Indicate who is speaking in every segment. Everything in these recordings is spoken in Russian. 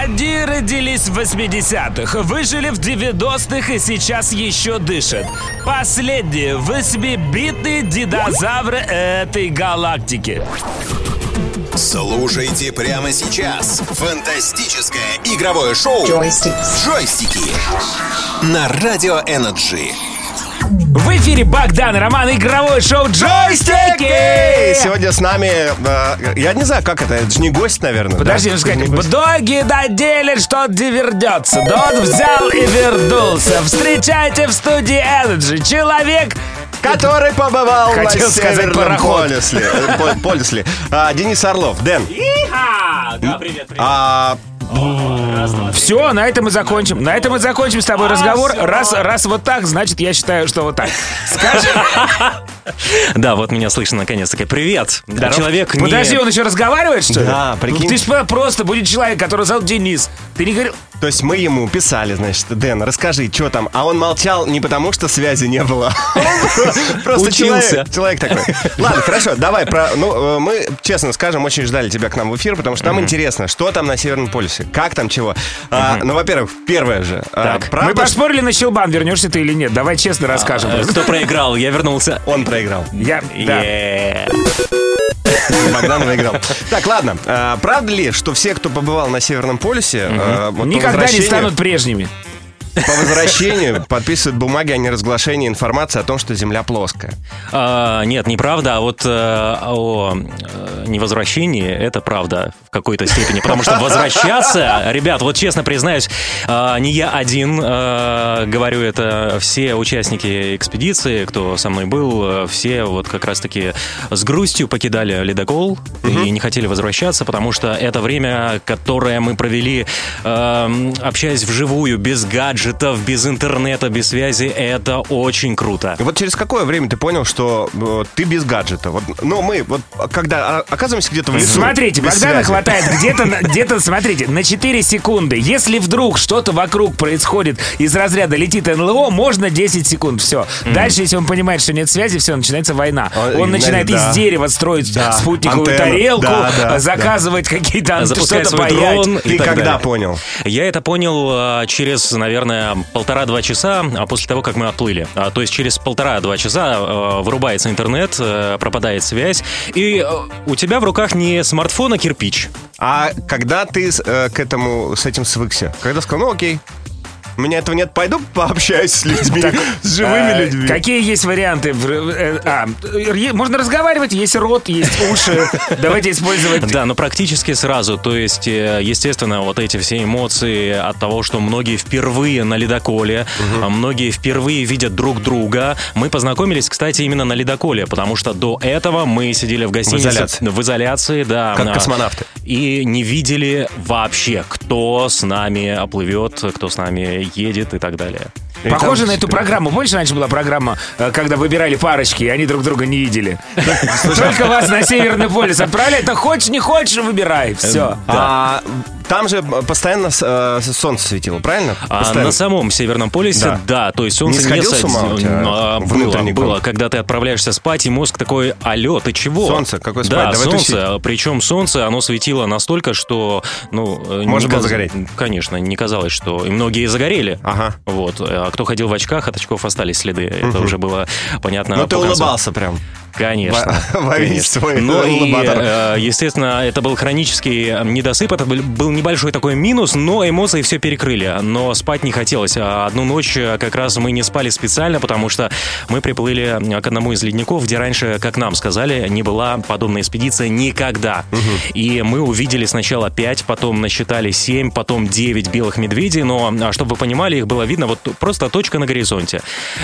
Speaker 1: Одни родились в 80-х, выжили в 90-х и сейчас еще дышат. Последние 8-битные динозавры этой галактики.
Speaker 2: Слушайте прямо сейчас фантастическое игровое шоу «Джойстики» на Радио Энерджи.
Speaker 1: В эфире Богдан и Роман, игровое шоу «Джойстики».
Speaker 3: Сегодня с нами, я не знаю, как это же не гость, наверное.
Speaker 1: Подожди,
Speaker 3: да?
Speaker 1: сказать, доги надели, что вернется. Дон взял и вернулся. Встречайте в студии Energy человек,
Speaker 3: который побывал
Speaker 1: хотел
Speaker 3: на
Speaker 1: сказать
Speaker 3: Северном
Speaker 1: пароход.
Speaker 3: полюсе. Денис Орлов. Дэн.
Speaker 1: Да, привет. Все, на этом мы закончим. На этом мы закончим с тобой разговор. Раз вот так, значит, я считаю, что вот так. Скажи.
Speaker 4: Да, вот меня слышно наконец-таки. Привет.
Speaker 1: Здоров.
Speaker 4: Человек не...
Speaker 1: Подожди, он еще разговаривает, что ли?
Speaker 3: Да, прикинь.
Speaker 1: Ты ж просто будет человек, который зовут Денис. Ты не говорил...
Speaker 3: То есть мы ему писали, значит, Дэн, расскажи, что там. А он молчал не потому, что связи не было. Просто
Speaker 4: Учился.
Speaker 3: человек такой. Ладно, хорошо, давай. Мы, честно скажем, очень ждали тебя к нам в эфир, потому что нам интересно, что там на Северном полюсе, как там, чего. Ну, во-первых, первое же.
Speaker 1: Мы поспорили на щелбан, вернешься ты или нет. Давай честно расскажем.
Speaker 4: Кто проиграл? Я вернулся.
Speaker 3: Он проиграл. Богдан выиграл. Так, ладно. Правда ли, что все, кто побывал на Северном полюсе,
Speaker 1: никогда не станут прежними?
Speaker 3: По возвращению подписывают бумаги о неразглашении информации о том, что Земля плоская.
Speaker 4: Нет, неправда, а вот о невозвращении это правда в какой-то степени. Потому что возвращаться, ребят, вот честно признаюсь, не я один говорю это, все участники экспедиции, кто со мной был, все вот как раз-таки с грустью покидали ледокол и не хотели возвращаться, потому что это время, которое мы провели, общаясь вживую, без гаджетов, без интернета, без связи, это очень круто.
Speaker 3: И вот через какое время ты понял, что ты без гаджета? Мы когда оказываемся где-то в лесу.
Speaker 1: Смотрите, Богдана хватает где-то, смотрите, на 4 секунды. Если вдруг что-то вокруг происходит, из разряда летит НЛО, можно 10 секунд, все. Дальше, если он понимает, что нет связи, все, начинается война. Он начинает из дерева строить спутниковую тарелку, заказывать какие-то
Speaker 4: запускать
Speaker 1: что-то
Speaker 4: свой дрон.
Speaker 3: Ты когда понял?
Speaker 4: Я это понял через, наверное, 1,5-2 часа после того, как мы отплыли. То есть через 1,5-2 часа вырубается интернет, пропадает связь, и у тебя в руках не смартфон, а кирпич.
Speaker 3: А когда ты с этим свыкся? Когда сказал, окей, у меня этого нет, пойду пообщаюсь с людьми, с живыми людьми.
Speaker 1: Какие есть варианты? Можно разговаривать, есть рот, есть уши. Давайте использовать...
Speaker 4: Да, но практически сразу. То есть, естественно, вот эти все эмоции от того, что многие впервые на ледоколе, многие впервые видят друг друга. Мы познакомились, кстати, именно на ледоколе, потому что до этого мы сидели в гостинице в изоляции, да.
Speaker 3: Как космонавты.
Speaker 4: И не видели вообще, кто с нами оплывет, кто с нами едет и так далее.
Speaker 1: Похоже на эту программу. Помнишь, раньше была программа, когда выбирали парочки, и они друг друга не видели? Только вас на Северный полюс отправляют, а хочешь, не хочешь, выбирай. Все.
Speaker 3: Там же постоянно солнце светило, правильно?
Speaker 4: На самом Северном полюсе, да. То есть солнце
Speaker 3: не сходил с ума у тебя внутренний
Speaker 4: было, когда ты отправляешься спать, и мозг такой, алло, ты чего?
Speaker 3: Солнце, какое спать?
Speaker 4: Да, солнце. Причем солнце, оно светило настолько, что...
Speaker 3: Можно было загореть.
Speaker 4: Конечно, не казалось, что... И многие загорели.
Speaker 3: Ага.
Speaker 4: Вот. А кто ходил в очках, от очков остались следы. Это уже было понятно.
Speaker 3: Но ты улыбался прям.
Speaker 4: Конечно.
Speaker 3: Во весь свой
Speaker 4: улыбатор. Естественно, это был хронический недосып, это был небольшой такой минус, но эмоции все перекрыли. Но спать не хотелось. Одну ночь как раз мы не спали специально, потому что мы приплыли к одному из ледников, где раньше, как нам сказали, не была подобная экспедиция никогда. И мы увидели сначала 5, потом насчитали 7, потом 9 белых медведей, но, чтобы вы понимали, их было видно вот просто точка на горизонте.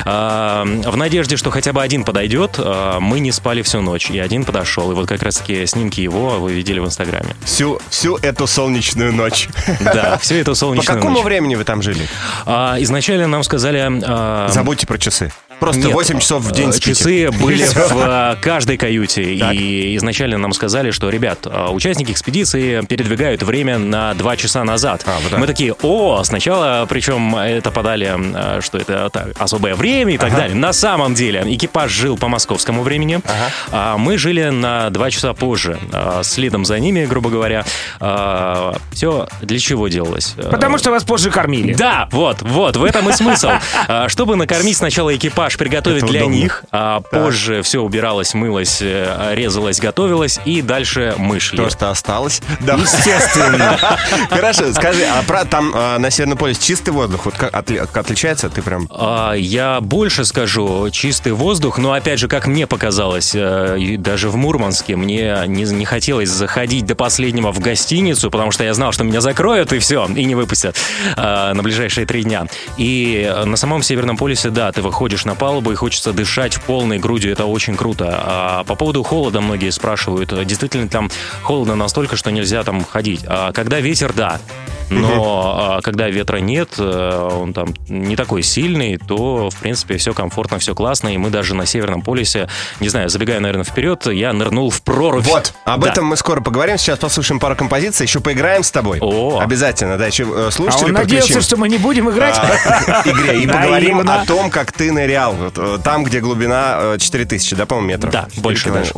Speaker 4: В надежде, что хотя бы один подойдет, мы не спали всю ночь, и один подошел. И вот как раз-таки снимки его вы видели в Инстаграме.
Speaker 3: Всю эту солнечную ночь.
Speaker 4: Да, всю эту солнечную ночь.
Speaker 3: По какому времени вы там жили?
Speaker 4: Изначально нам сказали...
Speaker 3: Забудьте про часы. Просто
Speaker 4: Нет.
Speaker 3: 8 часов в день спите.
Speaker 4: Часы были в каждой каюте. И изначально нам сказали, что, ребят, участники экспедиции передвигают время на 2 часа назад. Мы такие, сначала, причем это подали, что это особое время и так далее. На самом деле, экипаж жил по московскому времени, а мы жили на 2 часа позже. Следом за ними, грубо говоря. Все для чего делалось?
Speaker 1: Потому что вас позже кормили.
Speaker 4: Да, вот, в этом и смысл. Чтобы накормить сначала экипаж, приготовить для них, а позже все убиралось, мылось, резалось, готовилось, и дальше мы шли.
Speaker 3: То, что осталось.
Speaker 1: Да. Естественно.
Speaker 3: Хорошо, скажи, а там на Северном полюсе чистый воздух? Вот как отличается? Ты прям...
Speaker 4: Я больше скажу, чистый воздух, но опять же, как мне показалось, даже в Мурманске мне не хотелось заходить до последнего в гостиницу, потому что я знал, что меня закроют и все, и не выпустят на ближайшие 3 дня. И на самом Северном полюсе, да, ты выходишь на палубу и хочется дышать полной грудью, это очень круто. А по поводу холода многие спрашивают, действительно там холодно настолько, что нельзя там ходить. А когда ветер, да. Но когда ветра нет, он там не такой сильный, то, в принципе, все комфортно, все классно. И мы даже на Северном полюсе, не знаю, забегая, наверное, вперед, я нырнул в прорубь.
Speaker 3: Вот, об этом мы скоро поговорим. Сейчас послушаем пару композиций, еще поиграем с тобой. Обязательно, да, еще слушатели
Speaker 1: он надеялся, что мы не будем играть
Speaker 3: в игре. И поговорим о том, как ты нырял. Там, где глубина 4000, да, по-моему, метров?
Speaker 4: Да, больше даже.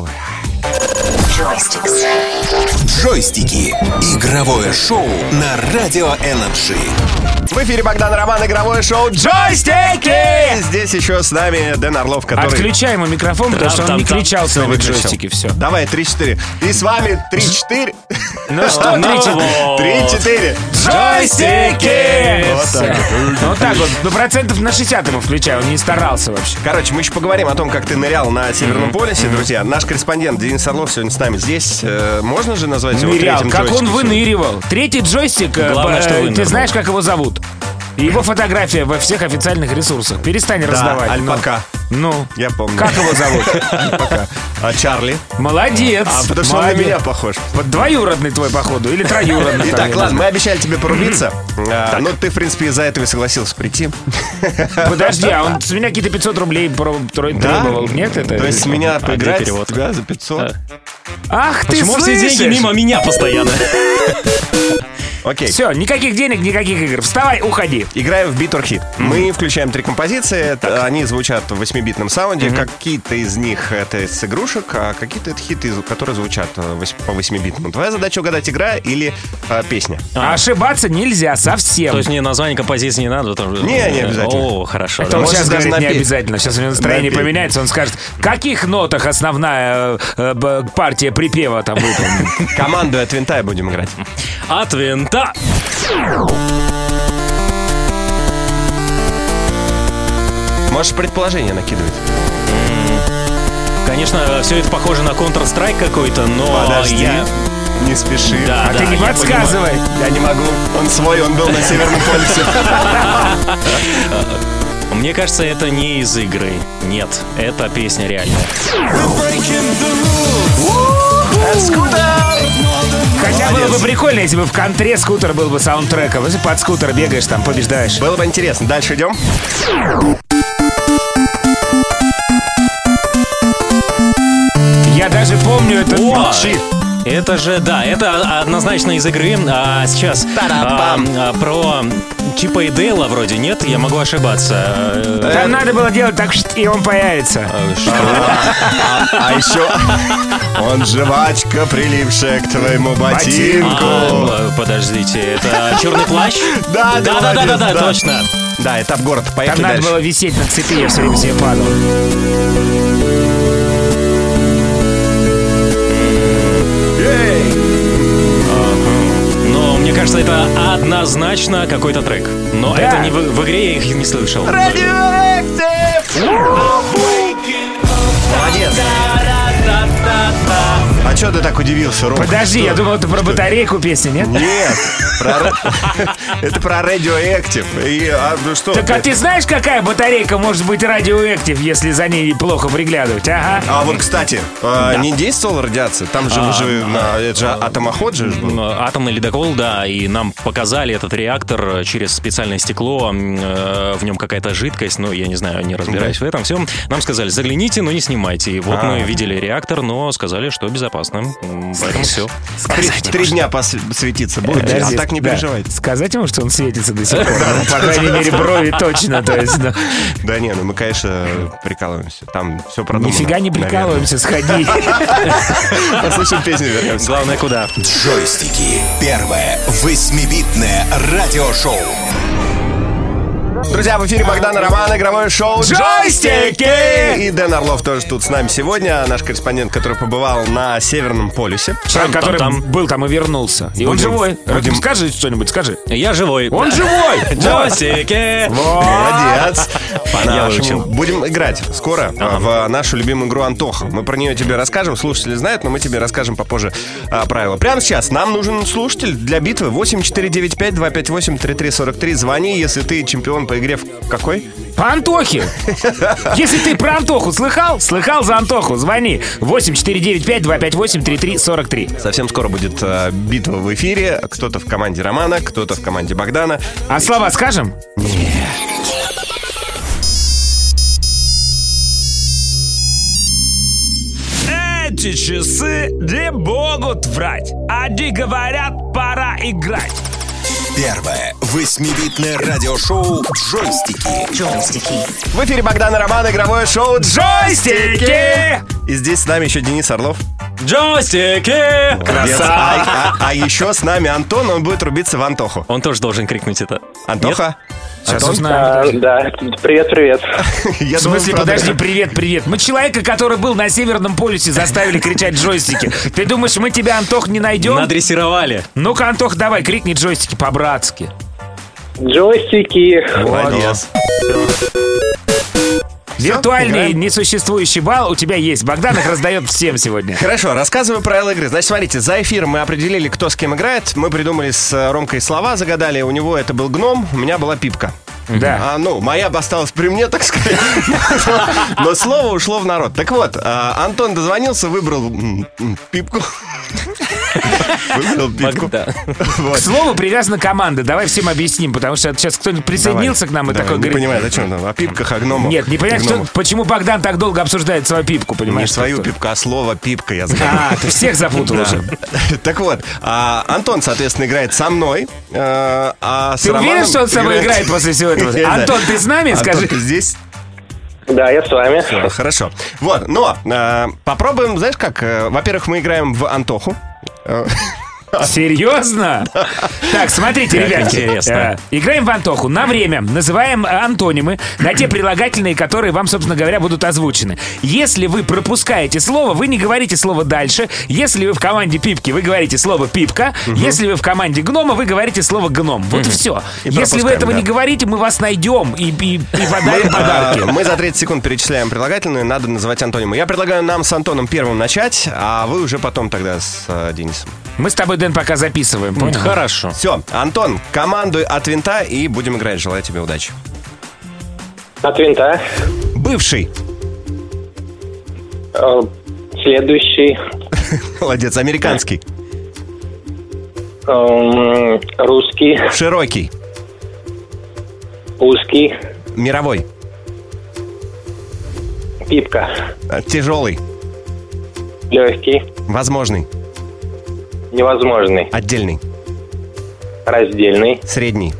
Speaker 2: Джойстики. Игровое шоу на Радио Энерджи.
Speaker 3: В эфире Богдан Роман, игровое шоу
Speaker 1: «Джойстики».
Speaker 3: Здесь еще с нами Дэн Орлов, который...
Speaker 1: Отключай ему микрофон, потому что он не кричал с нами «Джойстики». Все.
Speaker 3: Давай, 3-4. И с вами 3-4.
Speaker 1: Ну что,
Speaker 3: 3-4.
Speaker 1: «Джойстики». Вот так вот. Ну, процентов на 60 ему включай, он не старался вообще.
Speaker 3: Короче, мы еще поговорим о том, как ты нырял на Северном полюсе, друзья. Наш корреспондент Денис Орлов сегодня с нами здесь. Можно же назвать его
Speaker 1: Нырял,
Speaker 3: третьим
Speaker 1: как
Speaker 3: джойстиком?
Speaker 1: он выныривал. Третий джойстик,
Speaker 4: Главное, что вынырнул.
Speaker 1: ты знаешь, как его зовут? Его фотография во всех официальных ресурсах. Перестань раздавать.
Speaker 3: Альпака.
Speaker 1: Ну,
Speaker 3: Я помню.
Speaker 1: как его зовут?
Speaker 3: Альпака. А Чарли?
Speaker 1: Молодец.
Speaker 3: Потому что он на меня похож.
Speaker 1: Вот двоюродный твой, походу, или троюродный.
Speaker 3: Итак, ладно, мы обещали тебе порубиться. Но ты, в принципе, из-за этого и согласился прийти.
Speaker 1: Подожди, а он с меня какие-то 500 рублей требовал? Нет, это?
Speaker 3: То есть с меня поиграть,
Speaker 4: перевод?
Speaker 3: с тебя за 500?
Speaker 1: Ах, ты
Speaker 4: Почему все
Speaker 1: слышишь?
Speaker 4: деньги мимо меня постоянно?
Speaker 3: Окей.
Speaker 1: Все, никаких денег, никаких игр. Вставай, уходи.
Speaker 3: Играем в Beat or Hit. Мы включаем 3 композиции. Они звучат в 8-битном саунде. Какие-то из них это с игрушек, а какие-то это хиты, которые звучат по 8-битному. Твоя задача угадать, игра или песня.
Speaker 1: Ошибаться нельзя совсем.
Speaker 4: То есть мне название композиции не надо?
Speaker 3: Не обязательно.
Speaker 4: О, хорошо.
Speaker 1: Это он
Speaker 3: Можешь
Speaker 1: сейчас
Speaker 3: даже
Speaker 1: говорит не
Speaker 3: напеть.
Speaker 1: обязательно. Сейчас у него настроение
Speaker 3: Напеть.
Speaker 1: поменяется. Он скажет, в каких нотах основная партия припева там выполнена.
Speaker 3: Команду от винта будем играть.
Speaker 4: От винта.
Speaker 3: Можешь предположение накидывать.
Speaker 4: Конечно, все это похоже на Counter-Strike какой-то, но
Speaker 3: Подожди.
Speaker 4: я...
Speaker 3: Не спеши.
Speaker 4: Да,
Speaker 1: А ты не
Speaker 4: я
Speaker 1: подсказывай.
Speaker 3: Я не могу. Он свой, он был на Северном полюсе.
Speaker 4: Мне кажется, это не из игры. Нет, это песня реальная.
Speaker 1: Хотя было бы прикольно, если бы в контре скутер был бы саундтреком. Если под скутер бегаешь, там побеждаешь.
Speaker 3: Было бы интересно. Дальше идем.
Speaker 1: Я даже помню этот
Speaker 4: Молчи. Это же, да, это однозначно из игры. А сейчас про Чипа и Дейла вроде, нет? Я могу ошибаться.
Speaker 1: Там надо было делать так, и он появится.
Speaker 3: А еще он жвачка, прилипшая к твоему ботинку.
Speaker 4: Подождите, это черный плащ?
Speaker 3: Да,
Speaker 4: Да, точно.
Speaker 3: Да, этап город.
Speaker 1: Там
Speaker 3: Поехали
Speaker 1: надо
Speaker 3: дальше.
Speaker 1: было висеть на цепи, я все время себе падал.
Speaker 4: Но мне кажется, это однозначно какой-то трек. Но
Speaker 1: Да.
Speaker 4: это не в игре, я их не слышал.
Speaker 3: Радиоактив! Молодец. А что ты так удивился, Ром?
Speaker 1: Подожди, я думал, это про батарейку песня, нет?
Speaker 3: Нет, это про Radioactive.
Speaker 1: Так а ты знаешь, какая батарейка может быть Radioactive, если за ней плохо приглядывать? Ага.
Speaker 3: А вот, кстати, не действовала радиация? Там же уже это же атомоход же был.
Speaker 4: Атомный ледокол, да, и нам показали этот реактор через специальное стекло, в нем какая-то жидкость, ну, я не знаю, не разбираюсь в этом всем. Нам сказали, загляните, но не снимайте. И вот мы видели реактор, но сказали, что безопасно. Поэтому все.
Speaker 3: 3 дня светиться будет, а так не переживайте.
Speaker 1: Сказать ему, что он светится до сих пор. По крайней мере, брови точно.
Speaker 3: Да не, ну мы, конечно, прикалываемся. Там все продумано.
Speaker 1: Нифига не прикалываемся, сходи.
Speaker 3: Послушаем песню, вернемся.
Speaker 4: Главное, куда?
Speaker 2: Джойстики. Первое 8-битное радиошоу.
Speaker 3: Друзья, в эфире Богдан и Роман, игровое шоу
Speaker 1: Джойстики!
Speaker 3: И Дэн Орлов тоже тут с нами сегодня. Наш корреспондент, который побывал на Северном полюсе.
Speaker 1: Человек, который был там и вернулся. И он живой. Скажи что-нибудь, скажи.
Speaker 4: Я живой.
Speaker 1: Он живой!
Speaker 4: Джойстики!
Speaker 3: Молодец!
Speaker 4: Я
Speaker 3: По-нашему.
Speaker 4: выучил.
Speaker 3: Будем играть скоро в нашу любимую игру Антоха. Мы про нее тебе расскажем, слушатели знают, но мы тебе расскажем попозже правила. Прямо сейчас нам нужен слушатель для битвы. 8495-258-3343. Звони, если ты чемпион по игре в какой?
Speaker 1: По Антохе. Если ты про Антоху слыхал за Антоху, звони. 8495-258-3343.
Speaker 3: Совсем скоро будет битва в эфире. Кто-то в команде Романа, кто-то в команде Богдана.
Speaker 1: А слова скажем? Эти часы не могут врать. Они говорят, пора играть.
Speaker 2: Первое 8-битное радиошоу «Джойстики».
Speaker 3: В эфире Богдан и Роман, игровое шоу
Speaker 1: Джойстики!
Speaker 3: И здесь с нами еще Денис Орлов.
Speaker 4: Джойстики!
Speaker 3: Молодец. А еще с нами Антон, он будет рубиться в Антоху.
Speaker 4: Он тоже должен крикнуть это.
Speaker 3: Антоха?
Speaker 1: Сейчас
Speaker 3: Антон?
Speaker 1: узнаем.
Speaker 5: Да, привет.
Speaker 3: Я
Speaker 1: В смысле,
Speaker 3: думал,
Speaker 1: подожди,
Speaker 3: правда,
Speaker 1: привет. Мы человека, который был на Северном полюсе, заставили кричать джойстики. Ты думаешь, мы тебя, Антох, не найдем?
Speaker 4: Надрессировали.
Speaker 1: Ну-ка, Антох, давай, крикни джойстики по-братски.
Speaker 5: Джойстики.
Speaker 3: Молодец.
Speaker 1: Виртуальный
Speaker 3: играем.
Speaker 1: несуществующий балл у тебя есть. Богдан их раздает всем сегодня.
Speaker 3: Хорошо, рассказываю правила игры. Значит, смотрите, за эфиром мы определили, кто с кем играет. Мы придумали с Ромкой слова, загадали. У него это был гном, у меня была пипка.
Speaker 1: Да.
Speaker 3: Моя осталась при мне, так сказать. Но слово ушло в народ. Так вот, Антон дозвонился, выбрал пипку. Выбрал пипку.
Speaker 4: Да.
Speaker 1: К слову привязана команда. Давай всем объясним, потому что сейчас кто-нибудь присоединился к нам и такой
Speaker 3: не
Speaker 1: говорит...
Speaker 3: понимаю, зачем нам о пипках, о гномах.
Speaker 1: Нет, не понимаешь, почему Богдан так долго обсуждает свою пипку, понимаешь?
Speaker 3: Не свою
Speaker 1: Кто?
Speaker 3: пипку, а слово пипка я загадал.
Speaker 1: Ты всех запутал уже.
Speaker 3: Так вот, Антон, соответственно, играет со мной.
Speaker 1: Ты уверен, что он с тобой играет после всего этого?
Speaker 3: Я не знаю.
Speaker 1: Антон, ты с нами?
Speaker 3: Антон,
Speaker 1: Скажи.
Speaker 3: ты здесь?
Speaker 5: Да, я с вами.
Speaker 3: Всё, хорошо. Вот, но попробуем, знаешь как? Во-первых, мы играем в Антоху.
Speaker 1: Серьезно? Так, смотрите,
Speaker 4: Как
Speaker 1: ребятки.
Speaker 4: интересно.
Speaker 1: Играем в Антоху на время. Называем антонимы на те прилагательные, которые вам, собственно говоря, будут озвучены. Если вы пропускаете слово, вы не говорите слово дальше. Если вы в команде пипки, вы говорите слово пипка. Если вы в команде гнома, вы говорите слово гном. Вот и все.
Speaker 3: И
Speaker 1: Если вы
Speaker 3: пропускаем,
Speaker 1: этого
Speaker 3: да.
Speaker 1: не говорите, мы вас найдем и подарим подарки.
Speaker 3: Мы за 30 секунд перечисляем прилагательные, надо называть антонимы. Я предлагаю нам с Антоном первым начать, а вы уже потом тогда с Денисом.
Speaker 1: Мы с тобой, Дэн, пока записываем, понял?
Speaker 4: Хорошо.
Speaker 3: Все, Антон, командуй от винта и будем играть. Желаю тебе удачи.
Speaker 5: От винта.
Speaker 3: Бывший.
Speaker 5: Следующий.
Speaker 3: Молодец, американский.
Speaker 5: Русский.
Speaker 3: Широкий.
Speaker 5: Узкий.
Speaker 3: Мировой.
Speaker 5: Пипка.
Speaker 3: Тяжелый.
Speaker 5: Легкий.
Speaker 3: Возможный.
Speaker 5: Невозможный.
Speaker 3: Отдельный.
Speaker 5: Раздельный.
Speaker 3: Средний.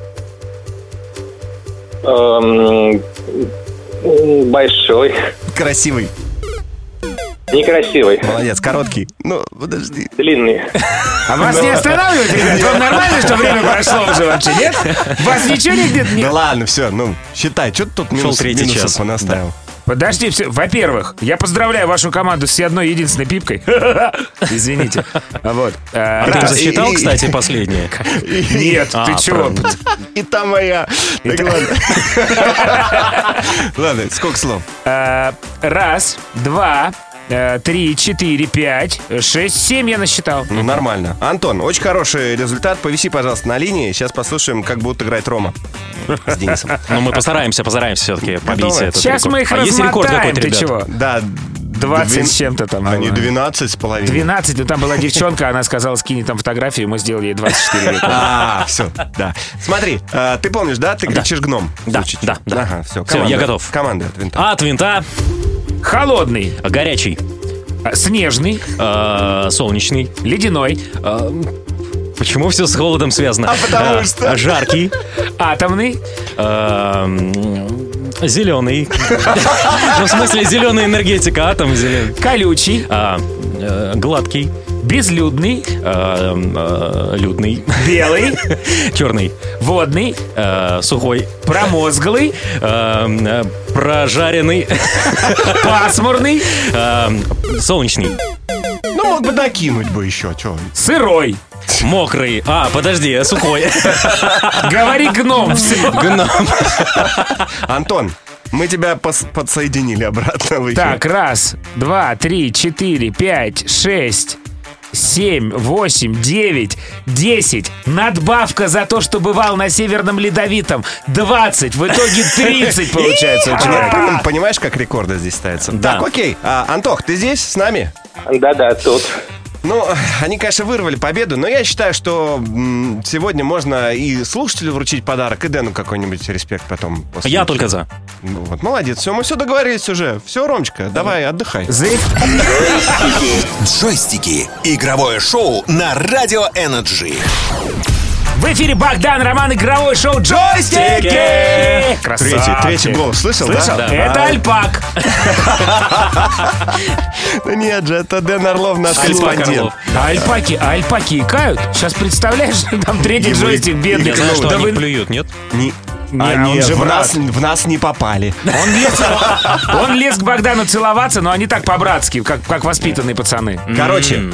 Speaker 5: Большой.
Speaker 3: Красивый.
Speaker 5: Некрасивый.
Speaker 3: Молодец, короткий. Ну, подожди.
Speaker 5: Длинный.
Speaker 1: А вас не останавливает, ребят? Вам нормально, что время прошло уже вообще, нет? Вас ничего нигде не...
Speaker 3: Да ладно, все, считай, что ты тут
Speaker 4: третий
Speaker 3: минусов
Speaker 4: час.
Speaker 3: понаставил.
Speaker 1: Подожди, все. Во-первых, я поздравляю вашу команду с одной единственной пипкой. Извините. Вот.
Speaker 4: А ты
Speaker 1: Раз.
Speaker 4: засчитал, кстати, последнее?
Speaker 1: Нет, ты чего?
Speaker 3: И та моя. Так, ладно. Ладно, сколько слов?
Speaker 1: Раз, два, 3, 4, 5, 6, 7 я насчитал.
Speaker 3: Ну, нормально. Антон, очень хороший результат. Повиси, пожалуйста, на линии. Сейчас послушаем, как будет играть Рома с Денисом.
Speaker 4: Ну, мы постараемся все-таки побить
Speaker 3: Готовы?
Speaker 4: этот
Speaker 1: Сейчас
Speaker 4: рекорд.
Speaker 1: мы их
Speaker 4: А есть рекорд
Speaker 1: размотаем,
Speaker 4: какой-то,
Speaker 1: ты
Speaker 4: ребят?
Speaker 1: чего?
Speaker 3: Да.
Speaker 1: 20 с чем-то там
Speaker 3: А не
Speaker 1: было.
Speaker 3: 12,5.
Speaker 1: 12, ну там была девчонка, она сказала, скинь там фотографию, мы сделали ей 24 века.
Speaker 3: А, все, да. Смотри, ты помнишь, да? Ты кричишь гном.
Speaker 4: Да,
Speaker 3: Звучит.
Speaker 4: да.
Speaker 3: Ага, все,
Speaker 4: Всё, я готов.
Speaker 3: Команда от винта.
Speaker 4: От винта,
Speaker 1: Холодный,
Speaker 4: горячий,
Speaker 1: снежный,
Speaker 4: солнечный.
Speaker 1: ледяной,
Speaker 4: Почему все с холодом связано?
Speaker 3: потому что.
Speaker 4: Жаркий,
Speaker 1: атомный,
Speaker 4: зеленый. Ну, в смысле, зеленая энергетика, атом зеленый.
Speaker 1: колючий,
Speaker 4: Гладкий,
Speaker 1: безлюдный,
Speaker 4: людный,
Speaker 1: белый,
Speaker 4: черный,
Speaker 1: водный,
Speaker 4: сухой,
Speaker 1: промозглый,
Speaker 4: прожаренный,
Speaker 1: пасмурный,
Speaker 4: солнечный,
Speaker 3: Ну, мог бы докинуть бы еще, что.
Speaker 1: сырой.
Speaker 4: мокрый. Подожди, сухой.
Speaker 1: Говори гном. Все.
Speaker 4: Гном.
Speaker 3: Антон, мы тебя подсоединили обратно в эфир.
Speaker 1: Так, 1, 2, 3, 4, 5, 6, 7, 8, 9, 10. Надбавка за то, что бывал на Северном Ледовитом. 20. В итоге 30 получается у человека.
Speaker 3: Понимаешь, как рекорды здесь ставятся?
Speaker 4: Да.
Speaker 3: Так, окей. Антох, ты здесь с нами?
Speaker 5: Да-да, тут.
Speaker 3: Ну, они, конечно, вырвали победу, но я считаю, что сегодня можно и слушателю вручить подарок, и Дэну какой-нибудь респект потом. после
Speaker 4: Я
Speaker 3: эфира.
Speaker 4: только за.
Speaker 3: Ну, вот, молодец, все, мы все договорились уже. Все, Ромочка, давай, отдыхай.
Speaker 2: Джойстики. Игровое шоу на Радио Энерджи.
Speaker 1: В эфире Богдан, Роман, игровое шоу «Джойстики». Красавчик.
Speaker 3: Третий голос, слышал,
Speaker 1: Слышал?
Speaker 3: да?
Speaker 1: Это Альпак.
Speaker 3: Да нет же, это Дэн Орлов, наш корреспондент.
Speaker 1: Альпаки икают? Сейчас представляешь, там третий джойстик бедный.
Speaker 4: Я знаю, что
Speaker 1: Да
Speaker 4: они
Speaker 1: вы-
Speaker 4: плюют, нет?
Speaker 1: Не,
Speaker 3: Они
Speaker 1: он же
Speaker 3: в
Speaker 1: брат.
Speaker 3: нас не попали.
Speaker 1: Он лез к Богдану целоваться, но они так по-братски, как воспитанные пацаны.
Speaker 3: Короче,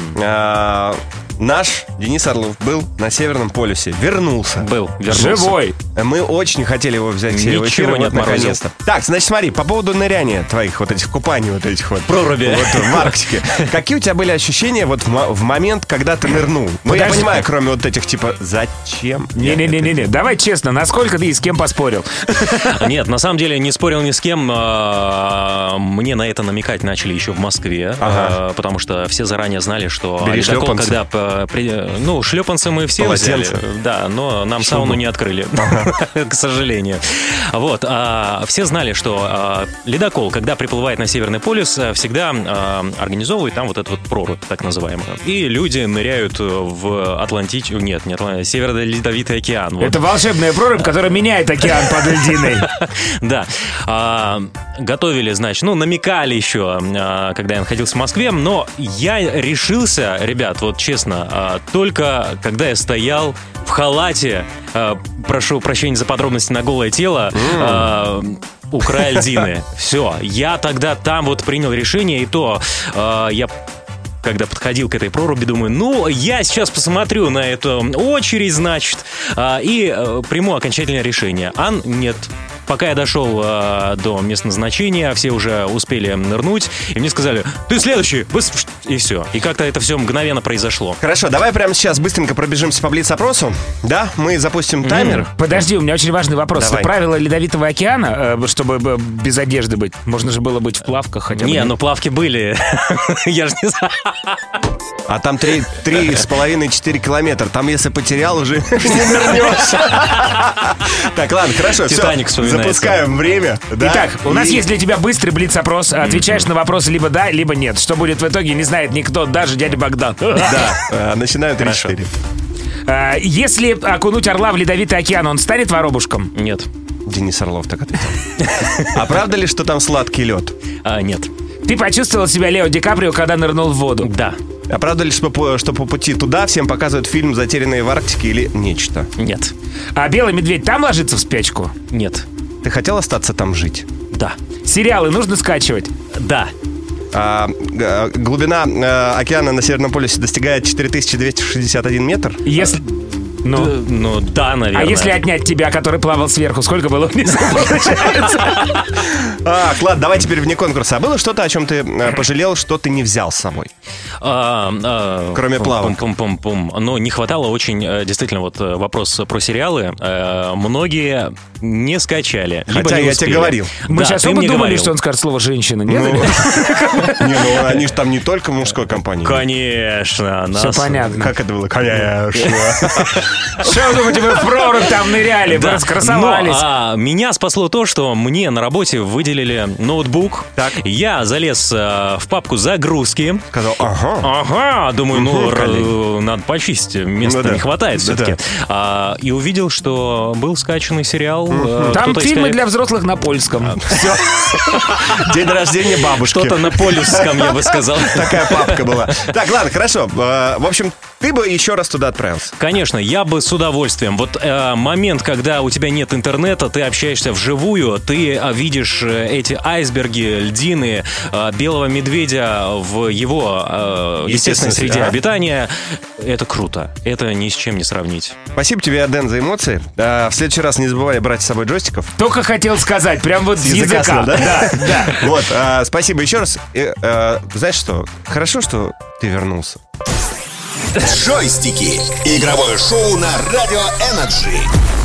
Speaker 3: наш Денис Орлов был на Северном полюсе, вернулся.
Speaker 4: Вернулся.
Speaker 1: Живой.
Speaker 3: Мы очень хотели его взять к себе в эфир,
Speaker 4: Ничего не
Speaker 3: вот
Speaker 4: отморозил.
Speaker 3: наконец-то. Так, значит, смотри, по поводу ныряния твоих вот этих купаний, вот этих вот.
Speaker 4: Проруби.
Speaker 3: Вот в Арктике. Какие у тебя были ощущения вот в момент, когда ты нырнул? Ну, я
Speaker 1: Подожди.
Speaker 3: понимаю, кроме вот этих, типа, зачем?
Speaker 1: Не-не-не-не, давай честно, насколько ты и с кем поспорил?
Speaker 4: Нет, на самом деле не спорил ни с кем. Мне на это намекать начали еще в Москве, потому что все заранее знали, что
Speaker 3: Бери
Speaker 4: ледокол,
Speaker 3: шлепанцы.
Speaker 4: когда... шлепанцы мы все
Speaker 3: Полотенце.
Speaker 4: взяли, да, но нам сауну не открыли, к сожалению. Вот, все знали, что ледокол, когда приплывает на Северный полюс, всегда организовывает там вот этот вот прорубь, так называемую. И люди ныряют в Северо-Ледовитый океан. Вот.
Speaker 1: Это волшебная прорубь, которая меняет океан под льдиной.
Speaker 4: Да. Готовили, значит, намекали еще, когда я находился в Москве, но я решился, ребят, вот честно, только когда я стоял в халате, прошу прощения за подробности, на голое тело, у края льдины. Все, я тогда там вот принял решение, и то я... Когда подходил к этой проруби, думаю, я сейчас посмотрю на эту очередь, значит, и приму окончательное решение. Нет. Пока я дошел до места назначения, все уже успели нырнуть, и мне сказали, ты следующий, и все. И как-то это все мгновенно произошло.
Speaker 3: Хорошо, давай прямо сейчас быстренько пробежимся по блиц-опросу. Да, мы запустим таймер.
Speaker 1: Подожди, у меня очень важный вопрос.
Speaker 3: Давай.
Speaker 1: Это правило Ледовитого океана, чтобы без одежды быть? Можно же было быть в плавках хотя бы.
Speaker 4: Не, плавки были. Я же не знаю.
Speaker 3: А там 3,5-4 километра. Там, если потерял, уже не нырнешь. Так, ладно, хорошо.
Speaker 4: Титаник
Speaker 3: Все,
Speaker 4: вспоминается.
Speaker 3: запускаем время. да.
Speaker 1: Итак, у нас
Speaker 3: И-
Speaker 1: есть для тебя быстрый блиц-опрос. Отвечаешь на вопросы либо да, либо нет. Что будет в итоге, не знает никто, даже дядя Богдан.
Speaker 3: Да, начинаю 3-4.
Speaker 1: Если окунуть орла в Ледовитый океан, он станет воробушком?
Speaker 4: Нет.
Speaker 3: Денис Орлов так ответил. А правда ли, что там сладкий лед?
Speaker 4: Нет.
Speaker 1: Ты почувствовал себя Лео Ди Каприо, когда нырнул в воду?
Speaker 4: Да.
Speaker 3: А правда ли, что по пути туда всем показывают фильм «Затерянные в Арктике» или нечто?
Speaker 4: Нет.
Speaker 1: А белый медведь там ложится в спячку?
Speaker 4: Нет.
Speaker 3: Ты хотел остаться там жить?
Speaker 4: Да.
Speaker 1: Сериалы нужно скачивать?
Speaker 4: Да.
Speaker 3: Глубина океана на Северном полюсе достигает 4261 метр.
Speaker 1: Если...
Speaker 4: Ну да, наверное.
Speaker 1: А если отнять тебя, который плавал сверху, сколько было внизу, получается?
Speaker 3: Ладно, давай теперь вне конкурса. А было что-то, о чем ты пожалел, что ты не взял с собой? Кроме плавок.
Speaker 4: Но не хватало очень, действительно, вот вопрос про сериалы. Многие не скачали.
Speaker 3: Хотя я тебе говорил.
Speaker 1: Мы сейчас оба думали, что он скажет слово «женщина». Нет?
Speaker 3: Не, ну они же там не только мужской компании.
Speaker 4: Конечно.
Speaker 1: Все понятно.
Speaker 3: Как это было? Конечно.
Speaker 1: Что вы думаете, вы в прорубь там ныряли, вы раскрасовались?
Speaker 4: Меня спасло то, что мне на работе выделили ноутбук.
Speaker 3: Так.
Speaker 4: Я залез в папку загрузки.
Speaker 3: Сказал, ага.
Speaker 4: Думаю, надо почистить, места не хватает все-таки. И увидел, что был скачанный сериал.
Speaker 1: Там фильмы для взрослых на польском.
Speaker 3: Все. День рождения бабушки.
Speaker 4: Что-то на полюсском, я бы сказал.
Speaker 3: Такая папка была. Так, ладно, хорошо. В общем, ты бы еще раз туда отправился.
Speaker 4: Конечно, я бы с удовольствием. Вот момент, когда у тебя нет интернета, ты общаешься вживую, ты видишь эти айсберги, льдины, белого медведя в его естественной среде обитания. Это круто. Это ни с чем не сравнить.
Speaker 3: Спасибо тебе, Дэн, за эмоции. В следующий раз не забывай брать с собой джойстиков.
Speaker 1: Только хотел сказать, прям вот с языка.
Speaker 3: Да. Вот, спасибо еще раз. Знаешь что? Хорошо, что ты вернулся.
Speaker 2: Джойстики. Игровое шоу на Радио Энерджи.